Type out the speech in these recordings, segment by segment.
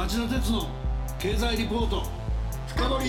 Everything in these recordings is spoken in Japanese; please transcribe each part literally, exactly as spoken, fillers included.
町田鉄の経済リポート深掘り。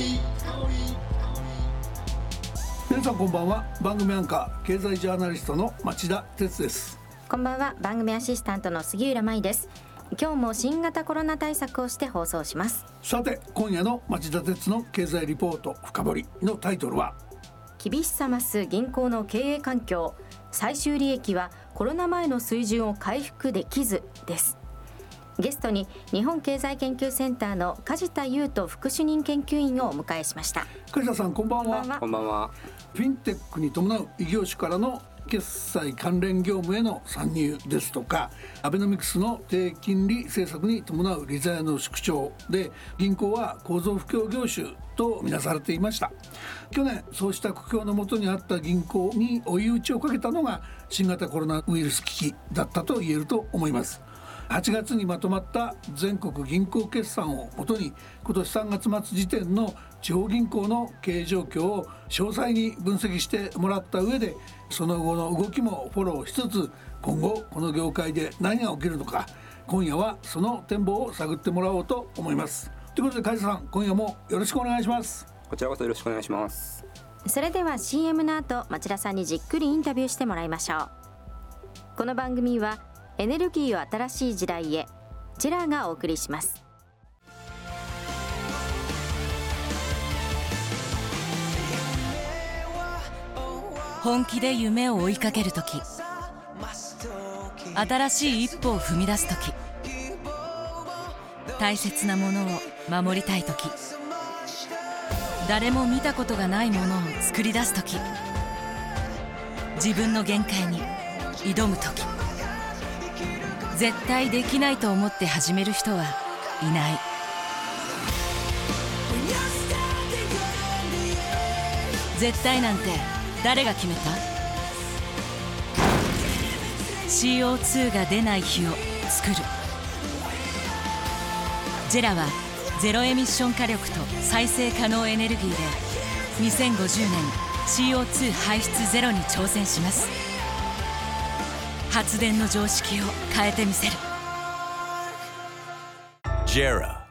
皆さんこんばんは。番組アンカー経済ジャーナリストの町田鉄です。 こんばんは。番組アシスタントの杉浦舞です。今日も新型コロナ対策をして放送します。 さて今夜の町田鉄の経済リポート深掘りのタイトルは、 厳しさ増す銀行の経営環境、最終利益はコロナ前の水準を回復できずです。ゲストに日本経済研究センターの梶田裕人副主任研究員をお迎えしました。 梶田さんこんばんは。 こんばんは。 フィンテックに伴う異業種からの決済関連業務への参入ですとか、アベノミクスの低金利政策に伴う利ざやの縮小で、銀行は構造不況業種とみなされていました。去年そうした苦境の下にあった銀行に追い打ちをかけたのが新型コロナウイルス危機だったと言えると思います。はちがつにまとまった全国銀行決算をもとに、今年さんがつ末時点の地方銀行の経営状況を詳細に分析してもらった上で、その後の動きもフォローしつつ、今後この業界で何が起きるのか、今夜はその展望を探ってもらおうと思います。ということで梶田さん、今夜もよろしくお願いします。 こちらこそよろしくお願いします。 それでは シーエム の後、町田さんにじっくりインタビューしてもらいましょう。この番組はエネルギーを新しい時代へ、ジェラがお送りします。 本気で夢を追いかけるとき、新しい一歩を踏み出すとき、大切なものを守りたいとき、誰も見たことがないものを作り出すとき、自分の限界に挑むとき、絶対できないと思って始める人はいない。絶対なんて誰が決めた？ シーオーツー が出ない日を作る。ジェラはゼロエミッション火力と再生可能エネルギーでにせんごじゅうねん シーオーツー 排出ゼロに挑戦します。発電の常識を変えてみせる。ジェラ。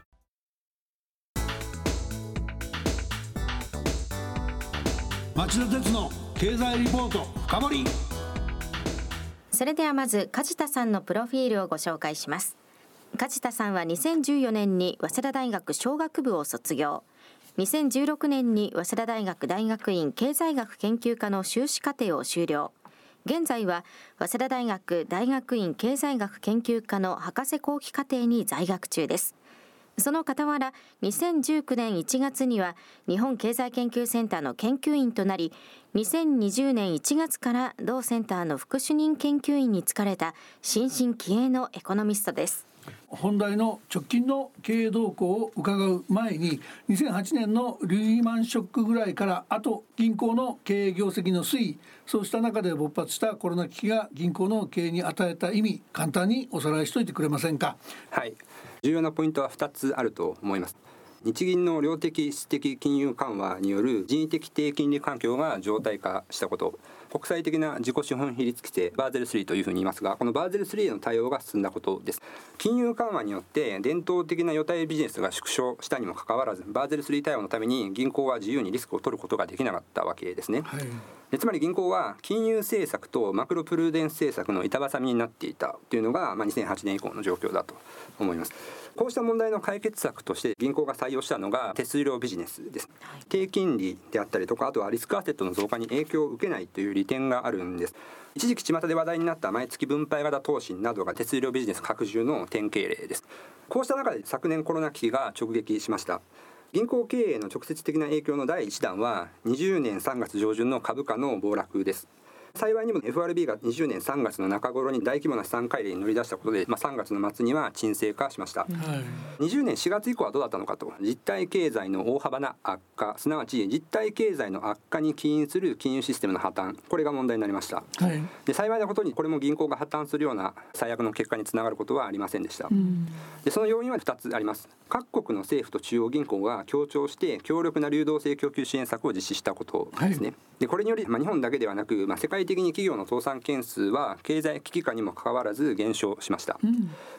町田鉄の経済リポート深掘り。 それではまず梶田さんのプロフィールをご紹介します。梶田さんはにせんじゅうよねんに早稲田大学商学部を卒業、にせんじゅうろくねんに早稲田大学大学院経済学研究科の修士課程を修了。現在は早稲田大学大学院経済学研究科の博士後期課程に在学中です。その傍らにせんじゅうきゅうねんいちがつには日本経済研究センターの研究員となり、にせんにじゅうねんいちがつから同センターの副主任研究員に就かれた新進気鋭のエコノミストです。 本題の直近の経営動向を伺う前に、にせんはちねんのリーマンショックぐらいからあと銀行の経営業績の推移、そうした中で勃発したコロナ危機が銀行の経営に与えた意味、簡単におさらいしておいてくれませんか。 はい、重要なポイントはふたつあると思います。日銀の量的質的金融緩和による人為的低金利環境が常態化したこと、国際的な自己資本比率規制バーゼルスリーというふうに言いますが、このバーゼルスリーへの対応が進んだことです。金融緩和によって伝統的な予対ビジネスが縮小したにもかかわらず、バーゼルスリー対応のために銀行は自由にリスクを取ることができなかったわけですね。はい、でつまり銀行は金融政策とマクロプルーデンス政策の板挟みになっていたというのが、まあ、にせんはちねん以降の状況だと思います。こうした問題の解決策として銀行が採用したのが手数料ビジネスです。低金利であったりとか、あとはリスクアセットの増加に影響を受けないという利点があるんです。一時期巷で話題になった毎月分配型投資などが手数料ビジネス拡充の典型例です。こうした中で昨年コロナ危機が直撃しました。銀行経営の直接的な影響の第一弾はにじゅうねんさんがつ上旬の株価の暴落です。幸いにも エフアールビー がにじゅうねんさんがつの中頃に大規模な資産改良に乗り出したことで、まあ、さんがつの末には沈静化しました。はい、にじゅうねんしがつ以降はどうだったのかと、実体経済の大幅な悪化、すなわち実体経済の悪化に起因する金融システムの破綻、これが問題になりました。はい、で幸いなことにこれも銀行が破綻するような最悪の結果につながることはありませんでした。うん、でその要因はふたつあります。各国の政府と中央銀行が協調して強力な流動性供給支援策を実施したことですね。はい、でこれにより、まあ、日本だけではなく、まあ、世界的に企業の倒産件数は経済危機下にもかかわらず減少しました。うん、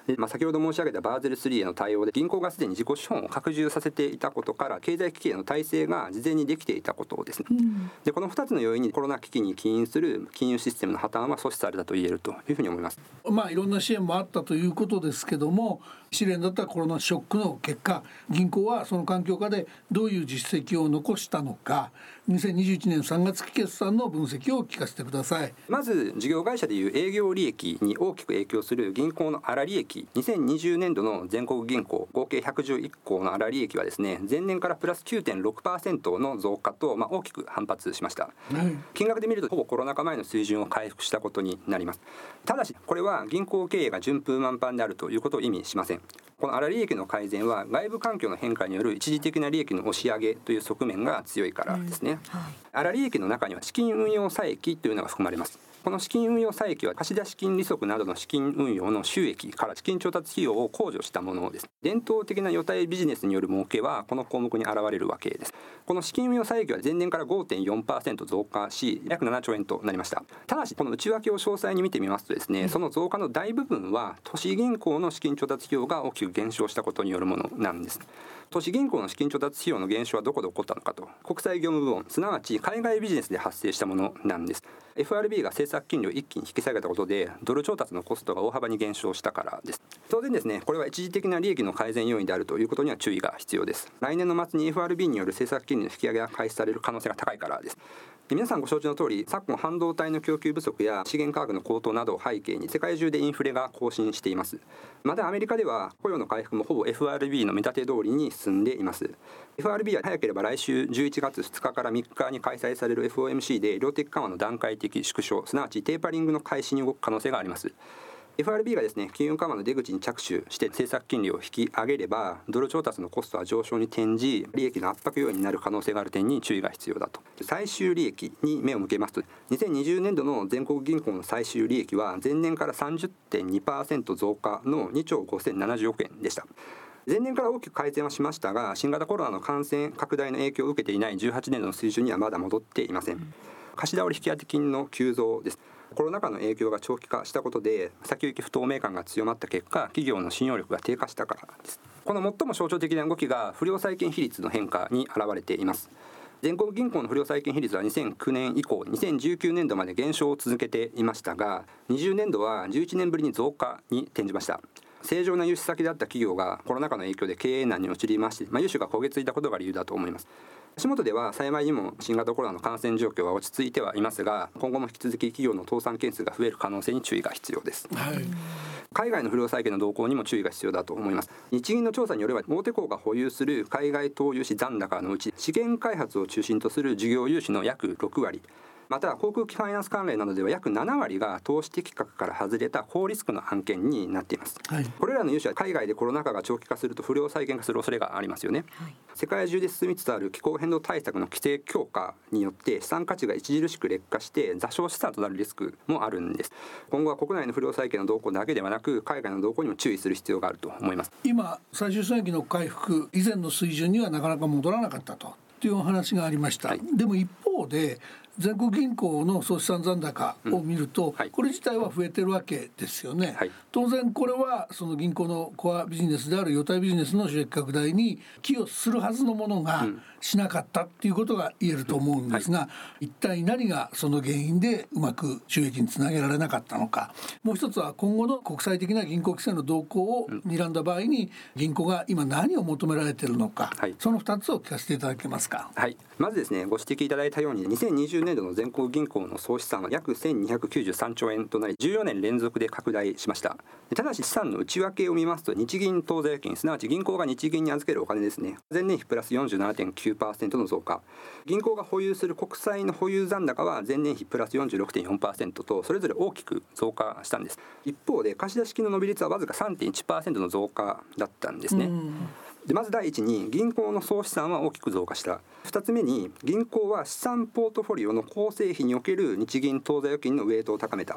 で、まあ、先ほど申し上げたバーゼルスリーへの対応で銀行がすでに自己資本を拡充させていたことから経済危機への耐性が事前にできていたことですね、うん、でこのふたつの要因にコロナ危機に起因する金融システムの破綻は阻止されたと言えるというふうに思います。 まあ、いろんな支援もあったということですけども、試練だったコロナショックの結果、銀行はその環境下でどういう実績を残したのか、にせんにじゅういちねんさんがつ期決算の分析を聞かせてください。 まず事業会社でいう営業利益に大きく影響する銀行の粗利益、にせんにじゅうねんどの全国銀行合計ひゃくじゅういっこうの粗利益はですね、前年からプラス きゅうてんろくパーセント の増加と、まあ、大きく反発しました、うん、金額で見るとほぼコロナ禍前の水準を回復したことになります。ただしこれは銀行経営が順風満帆であるということを意味しません。この粗利益の改善は外部環境の変化による一時的な利益の押し上げという側面が強いからですね、うんはい、粗利益の中には資金運用差益というのが含まれます。この資金運用差益は貸出金利息などの資金運用の収益から資金調達費用を控除したものです。伝統的な予対ビジネスによる儲けはこの項目に現れるわけです。この資金運用差益は前年から ごてんよんパーセント 増加し約ななちょうえんとなりました。ただしこの内訳を詳細に見てみますとですね、その増加の大部分は都市銀行の資金調達費用が大きく減少したことによるものなんです。都市銀行の資金調達費用の減少はどこで起こったのかと、国際業務部門、すなわち海外ビジネスで発生したものなんです。 エフアールビー が政策金利を一気に引き下げたことでドル調達のコストが大幅に減少したからです。当然ですね、これは一時的な利益の改善要因であるということには注意が必要です。来年の末に エフアールビー による政策金利の引き上げが開始される可能性が高いからです。皆さんご承知の通り、昨今半導体の供給不足や資源価格の高騰などを背景に世界中でインフレが更新しています。またアメリカでは雇用の回復もほぼ エフアールビー の見立て通りに進んでいます。 エフアールビー は早ければ来週じゅういちがつふつかからみっかに開催される エフオーエムシー で量的緩和の段階的縮小、すなわちテーパリングの開始に動く可能性があります。エフアールビー がですね、金融緩和の出口に着手して政策金利を引き上げればドル調達のコストは上昇に転じ利益の圧迫要因になる可能性がある点に注意が必要だと。最終利益に目を向けますと、にせんにじゅうねんどの全国銀行の最終利益は前年から さんじゅってんにパーセント 増加のにちょうごせんななじゅうおくえんでした。前年から大きく改善はしましたが、新型コロナの感染拡大の影響を受けていないじゅうはちねんどの水準にはまだ戻っていません。貸し倒れ引当金の急増です。コロナ禍の影響が長期化したことで先行き不透明感が強まった結果、企業の信用力が低下したからです。この最も象徴的な動きが不良債権比率の変化に現れています。全国銀行の不良債権比率はにせんきゅうねん以降にせんじゅうきゅうねんどまで減少を続けていましたが、にじゅうねんどはじゅういちねんぶりに増加に転じました。正常な融資先であった企業がコロナ禍の影響で経営難に陥りまして、まあ、融資が焦げついたことが理由だと思います。足元では幸いにも新型コロナの感染状況は落ち着いてはいますが、今後も引き続き企業の倒産件数が増える可能性に注意が必要です、はい、海外の不良債権の動向にも注意が必要だと思います。日銀の調査によれば大手行が保有する海外投融資残高のうち資源開発を中心とする事業融資の約ろくわり、また航空機ファイナンス関連などでは約ななわりが投資適格から外れた高リスクの案件になっています、はい、これらの融資は海外でコロナ禍が長期化すると不良債権化する恐れがありますよね、はい、世界中で進みつつある気候変動対策の規制強化によって資産価値が著しく劣化して座礁資産となるリスクもあるんです。今後は国内の不良債権の動向だけではなく海外の動向にも注意する必要があると思います。 今最終損益の回復以前の水準にはなかなか戻らなかったとというお話がありました、はい、でも一方で全国銀行の総資産残高を見ると、うんはい、これ自体は増えてるわけですよね、はい、当然これはその銀行のコアビジネスである予対ビジネスの収益拡大に寄与するはずのものがしなかったっていうことが言えると思うんですが、うんはい、一体何がその原因でうまく収益につなげられなかったのか。もう一つは今後の国際的な銀行規制の動向を睨んだ場合に銀行が今何を求められているのか、はい、そのふたつを聞かせていただけますか。 はい、まずですね、ご指摘いただいたようににせんにじゅうねんどの全国銀行の総資産は約せんにひゃくきゅうじゅうさんちょうえんとなりじゅうよねん連続で拡大しました。ただし資産の内訳を見ますと日銀当座預金、すなわち銀行が日銀に預けるお金ですね、前年比プラス よんじゅうななてんきゅうパーセント の増加、銀行が保有する国債の保有残高は前年比プラス よんじゅうろくてんよんパーセント とそれぞれ大きく増加したんです。一方で貸出金の伸び率はわずか さんてんいちパーセント の増加だったんですね。でまず第一に銀行の総資産は大きく増加した。ふたつめに銀行は資産ポートフォリオの構成比における日銀当座預金のウェイトを高めた。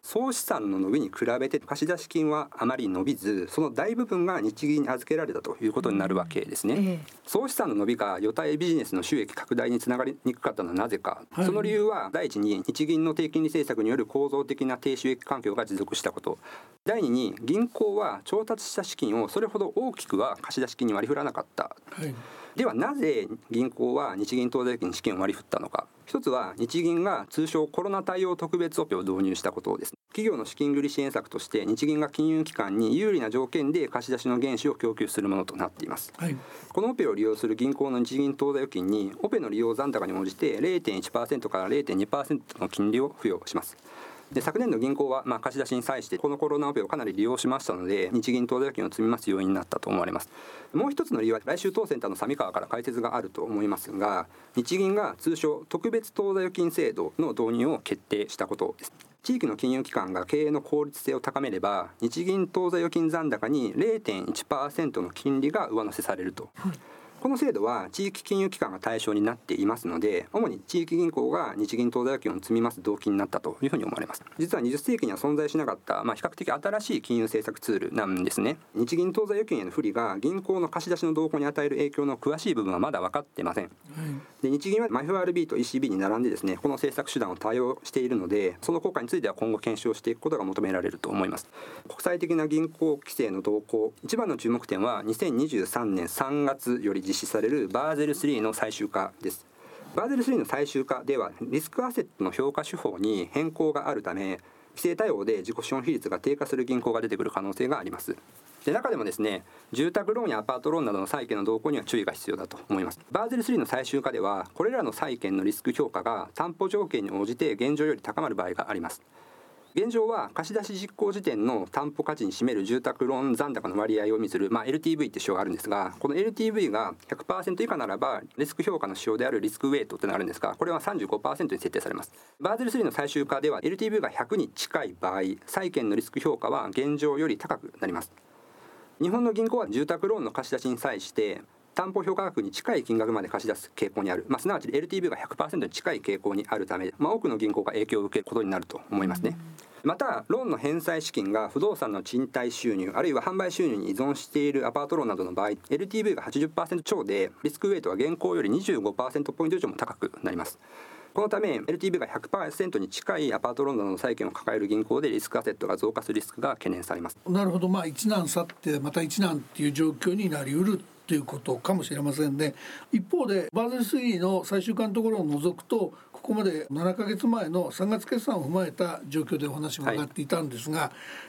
総資産の伸びに比べて貸出金はあまり伸びず、その大部分が日銀に預けられたということになるわけですね、うんええ、総資産の伸びが予対ビジネスの収益拡大につながりにくかったのはなぜか、はい、その理由は第一に日銀の低金利政策による構造的な低収益環境が持続したこと、第二に銀行は調達した資金をそれほど大きくは貸出金に割り振らなかった、はいではなぜ銀行は日銀当座預金に資金を割り振ったのか。一つは日銀が通称コロナ対応特別オペを導入したことです。企業の資金繰り支援策として日銀が金融機関に有利な条件で貸し出しの原資を供給するものとなっています、はい、このオペを利用する銀行の日銀当座預金にオペの利用残高に応じて れいてんいちパーセント から れいてんにパーセント の金利を付与します。で昨年度銀行はまあ貸し出しに際してこのコロナオペをかなり利用しましたので、日銀当座預金を積み増す要因になったと思われます。もう一つの理由は来週当センターの上川から解説があると思いますが、日銀が通称特別当座預金制度の導入を決定したことです。地域の金融機関が経営の効率性を高めれば、日銀当座預金残高に れいてんいちパーセント の金利が上乗せされると、はい、この制度は地域金融機関が対象になっていますので、主に地域銀行が日銀当座預金を積み増す動機になったというふうに思われます。実はにじゅっせいきには存在しなかった、まあ、比較的新しい金融政策ツールなんですね。日銀当座預金への不利が銀行の貸し出しの動向に与える影響の詳しい部分はまだ分かっていません、はい、で日銀は エフアールビー と イーシービー に並んでですね、この政策手段を多用しているので、その効果については今後検証していくことが求められると思います。国際的な銀行規制の動向、一番の注目点はにせんにじゅうさんねんさんがつより実施されるバーゼルスリーの最終化です。バーゼルスリーの最終化ではリスクアセットの評価手法に変更があるため、規制対応で自己資本比率が低下する銀行が出てくる可能性があります。で中でもですね、住宅ローンやアパートローンなどの債券の動向には注意が必要だと思います。バーゼルスリーの最終化ではこれらの債券のリスク評価が担保条件に応じて現状より高まる場合があります。現状は貸し出し実行時点の担保価値に占める住宅ローン残高の割合を意味する、まあ、エルティーブイ って指標があるんですが、この エルティーブイ が ひゃくパーセント 以下ならばリスク評価の指標であるリスクウェイトってのがあるんですが、これは さんじゅうごパーセント に設定されます。バーゼルスリーの最終化では エルティーブイ がひゃくに近い場合、債券のリスク評価は現状より高くなります。日本の銀行は住宅ローンの貸し出しに際して担保評価額に近い金額まで貸し出す傾向にある、まあ、すなわち エルティーブイ が ひゃくパーセント に近い傾向にあるため、まあ、多くの銀行が影響を受けることになると思いますね。またローンの返済資金が不動産の賃貸収入あるいは販売収入に依存しているアパートローンなどの場合、 エルティーブイ が はちじゅっパーセント 超でリスクウェイトは現行より にじゅうごパーセント ポイント以上も高くなります。このため エルティーブイ が ひゃくパーセント に近いアパートローンなどの債券を抱える銀行でリスクアセットが増加するリスクが懸念されます。 なるほど、まあ、一難去ってまた一難っていう状況になりうるということかもしれませんね。一方でバーゼルスリーの最終化のところを除くと、ここまでななかげつまえのさんがつ決算を踏まえた状況でお話も上がっていたんですが、はい、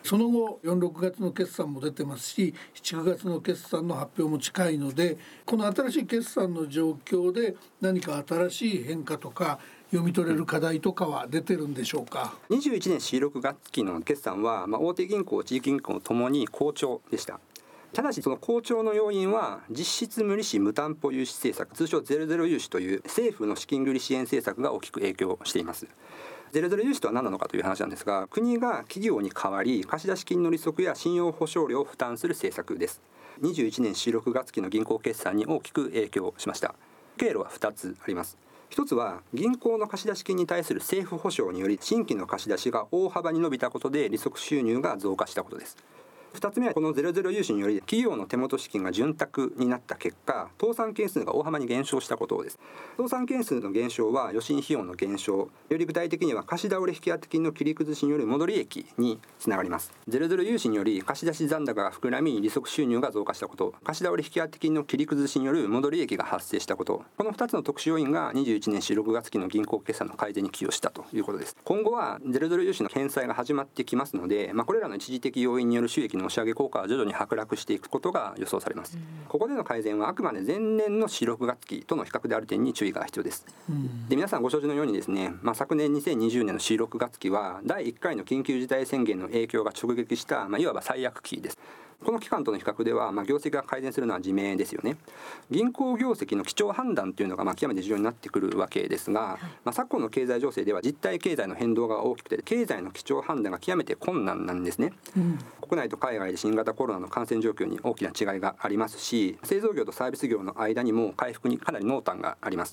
その後よん、ろくがつの決算も出てますし、しち、くがつの決算の発表も近いので、この新しい決算の状況で何か新しい変化とか読み取れる課題とかは出てるんでしょうか。 にじゅういちねんしろくがつ期の決算は、まあ、大手銀行地域銀行ともに好調でした。ただしその好調の要因は実質無利子無担保融資政策、通称ゼロゼロ融資という政府の資金繰り支援政策が大きく影響しています。ゼロゼロ融資とは何なのかという話なんですが、国が企業に代わり貸出金の利息や信用保証料を負担する政策です。にじゅういちねんしろくがつ期の銀行決算に大きく影響しました。経路はふたつあります。一つは銀行の貸出金に対する政府保証により新規の貸し出しが大幅に伸びたことで利息収入が増加したことです。ふたつめはこのゼロゼロ融資により企業の手元資金が潤沢になった結果、倒産件数が大幅に減少したことです。倒産件数の減少は予診費用の減少、より具体的には貸し倒れ引当金の切り崩しによる戻り益につながります。ゼロゼロ融資により貸出残高が膨らみ利息収入が増加したこと、貸し倒れ引当金の切り崩しによる戻り益が発生したこと、このふたつの特殊要因がにじゅういちねんしろくがつ期の銀行決算の改善に寄与したということです。今後はゼロゼロ融資の返済が始まってきますので、まあ、これらの一時的要因による収益の押し上げ効果は徐々に剥落していくことが予想されます。ここでの改善はあくまで前年のしろくがつ期との比較である点に注意が必要です。で皆さんご承知のようにですね、まあ、昨年にせんにじゅうねんのしろくがつ期はだいいっかいの緊急事態宣言の影響が直撃した、まあ、いわば最悪期です。この期間との比較では、まあ、業績が改善するのは自明ですよね。銀行業績の基調判断というのがまあ極めて重要になってくるわけですが、まあ、昨今の経済情勢では実体経済の変動が大きくて経済の基調判断が極めて困難なんですね、うん、国内と海外で新型コロナの感染状況に大きな違いがありますし、製造業とサービス業の間にも回復にかなり濃淡があります。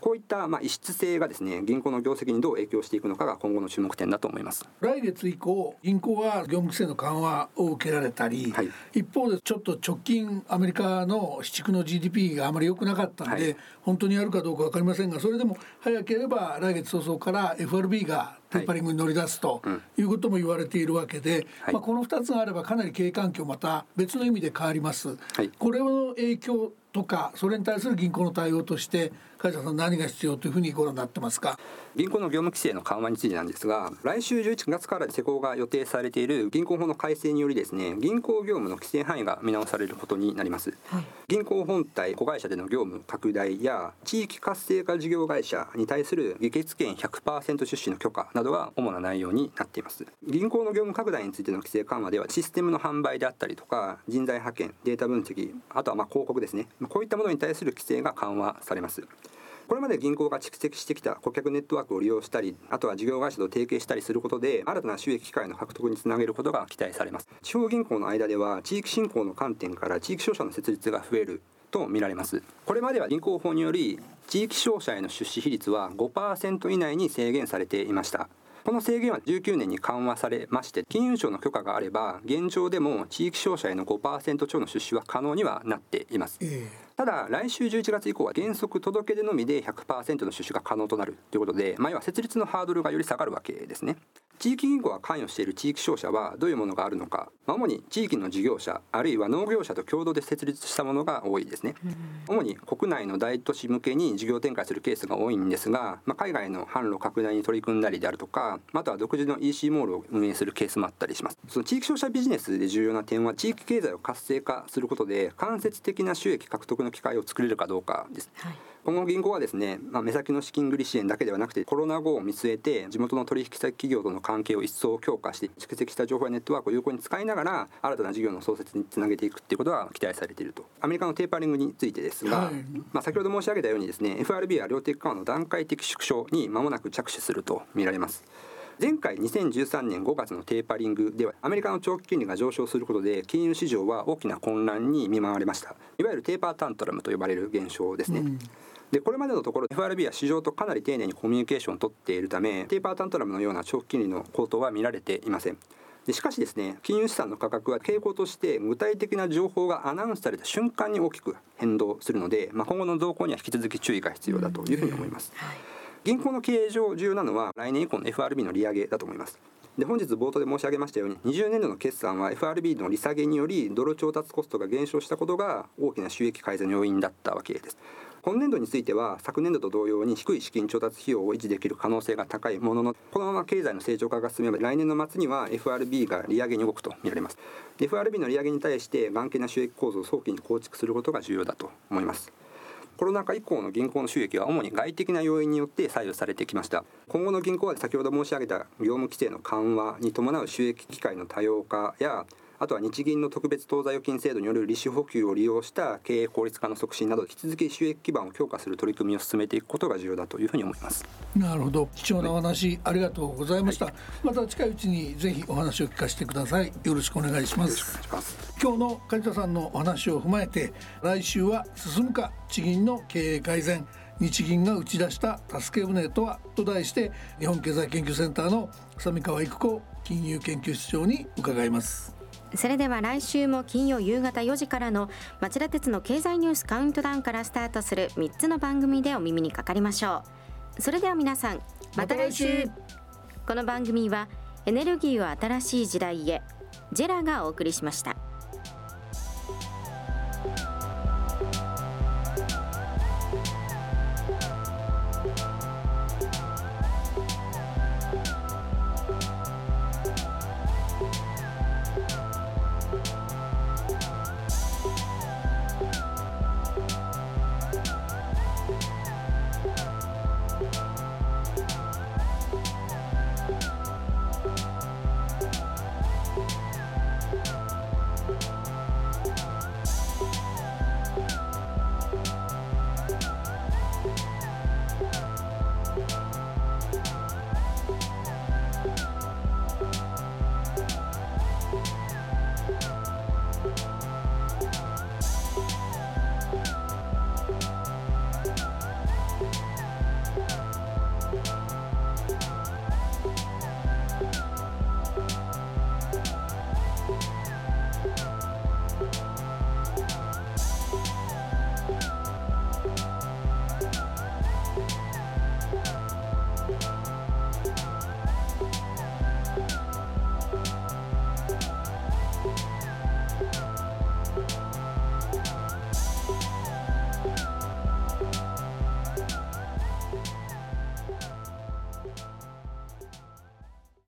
こういったまあ異質性がですね、銀行の業績にどう影響していくのかが今後の注目点だと思います。 来月以降銀行は業務規制の緩和を受けられたり、はい、一方でちょっと直近アメリカの市地区の ジーディーピー があまり良くなかったんで、はい、本当にやるかどうか分かりませんが、それでも早ければ来月早々から エフアールビー がテーパリングに乗り出すということも言われているわけで、はい、まあ、このふたつがあればかなり経営環境また別の意味で変わります、はい、これの影響とかそれに対する銀行の対応として梶田さん何が必要というふうにご覧になってますか。 銀行の業務規制の緩和についてなんですが、来週じゅういちがつから施行が予定されている銀行法の改正によりですね、銀行業務の規制範囲が見直されることになります、はい、銀行本体子会社での業務拡大や地域活性化事業会社に対する議決権 ひゃくパーセント 出資の許可などが主な内容になっています。銀行の業務拡大についての規制緩和ではシステムの販売であったりとか人材派遣、データ分析、あとはまあ広告ですね、こういったものに対する規制が緩和されます。これまで銀行が蓄積してきた顧客ネットワークを利用したり、あとは事業会社と提携したりすることで新たな収益機会の獲得につなげることが期待されます。地方銀行の間では地域振興の観点から地域商社の設立が増えると見られます。これまでは銀行法により地域商社への出資比率は ごパーセント 以内に制限されていました。この制限はじゅうきゅうねんに緩和されまして、金融庁の許可があれば現状でも地域商社への ごパーセント 超の出資は可能にはなっています、えーただ来週じゅういちがつ以降は原則届け出のみで ひゃくパーセント の出資が可能となるということで、まあ、要は設立のハードルがより下がるわけですね。地域銀行が関与している地域商社はどういうものがあるのか、主に地域の事業者あるいは農業者と共同で設立したものが多いですね。主に国内の大都市向けに事業展開するケースが多いんですが、まあ、海外の販路拡大に取り組んだりであるとか、あとは独自の イーシー モールを運営するケースもあったりします。その地域商社ビジネスで重要な点は地域経済を活性化することで間接的な収益獲得の機会を作れるかどうかです、はい、今後銀行はですね、まあ、目先の資金繰り支援だけではなくてコロナ後を見据えて地元の取引先企業との関係を一層強化して蓄積した情報やネットワークを有効に使いながら新たな事業の創設につなげていくということが期待されていると。アメリカのテーパリングについてですが、はい、まあ、先ほど申し上げたようにですね エフアールビー は量的緩和の段階的縮小に間もなく着手すると見られます。前回にせんじゅうさんねんごがつのテーパリングではアメリカの長期金利が上昇することで金融市場は大きな混乱に見舞われました。いわゆるテーパータントラムと呼ばれる現象ですね、うん、でこれまでのところ エフアールビー は市場とかなり丁寧にコミュニケーションを取っているためテーパータントラムのような長期金利の高騰は見られていません。でしかしですね、金融資産の価格は傾向として具体的な情報がアナウンスされた瞬間に大きく変動するので、まあ、今後の動向には引き続き注意が必要だというふうに思います、うん、はい、銀行の経営上重要なのは来年以降の エフアールビー の利上げだと思います。で本日冒頭で申し上げましたようににじゅうねんどの決算は エフアールビー の利下げによりドル調達コストが減少したことが大きな収益改善の要因だったわけです。今年度については昨年度と同様に低い資金調達費用を維持できる可能性が高いものの、このまま経済の正常化が進めば来年の末には エフアールビー が利上げに動くと見られます。 エフアールビー の利上げに対して頑健な収益構造を早期に構築することが重要だと思います。コロナ禍以降の銀行の収益は主に外的な要因によって左右されてきました。今後の銀行は先ほど申し上げた業務規制の緩和に伴う収益機会の多様化や、あとは日銀の特別当座預金制度による利子補給を利用した経営効率化の促進など引き続き収益基盤を強化する取り組みを進めていくことが重要だというふうに思います。 なるほど、貴重なお話、はい、ありがとうございました、はい、また近いうちにぜひお話を聞かせてください。よろしくお願いします。 よろしくお願いします。 今日の梶田さんのお話を踏まえて来週は進むか地銀の経営改善、日銀が打ち出した助け舟とはと題して日本経済研究センターの三川育子金融研究室長に伺います。 それでは来週も金曜夕方よじからの町田鉄の経済ニュースカウントダウンからスタートするみっつの番組でお耳にかかりましょう。それでは皆さんまた来週。この番組はエネルギーを新しい時代へジェラがお送りしました。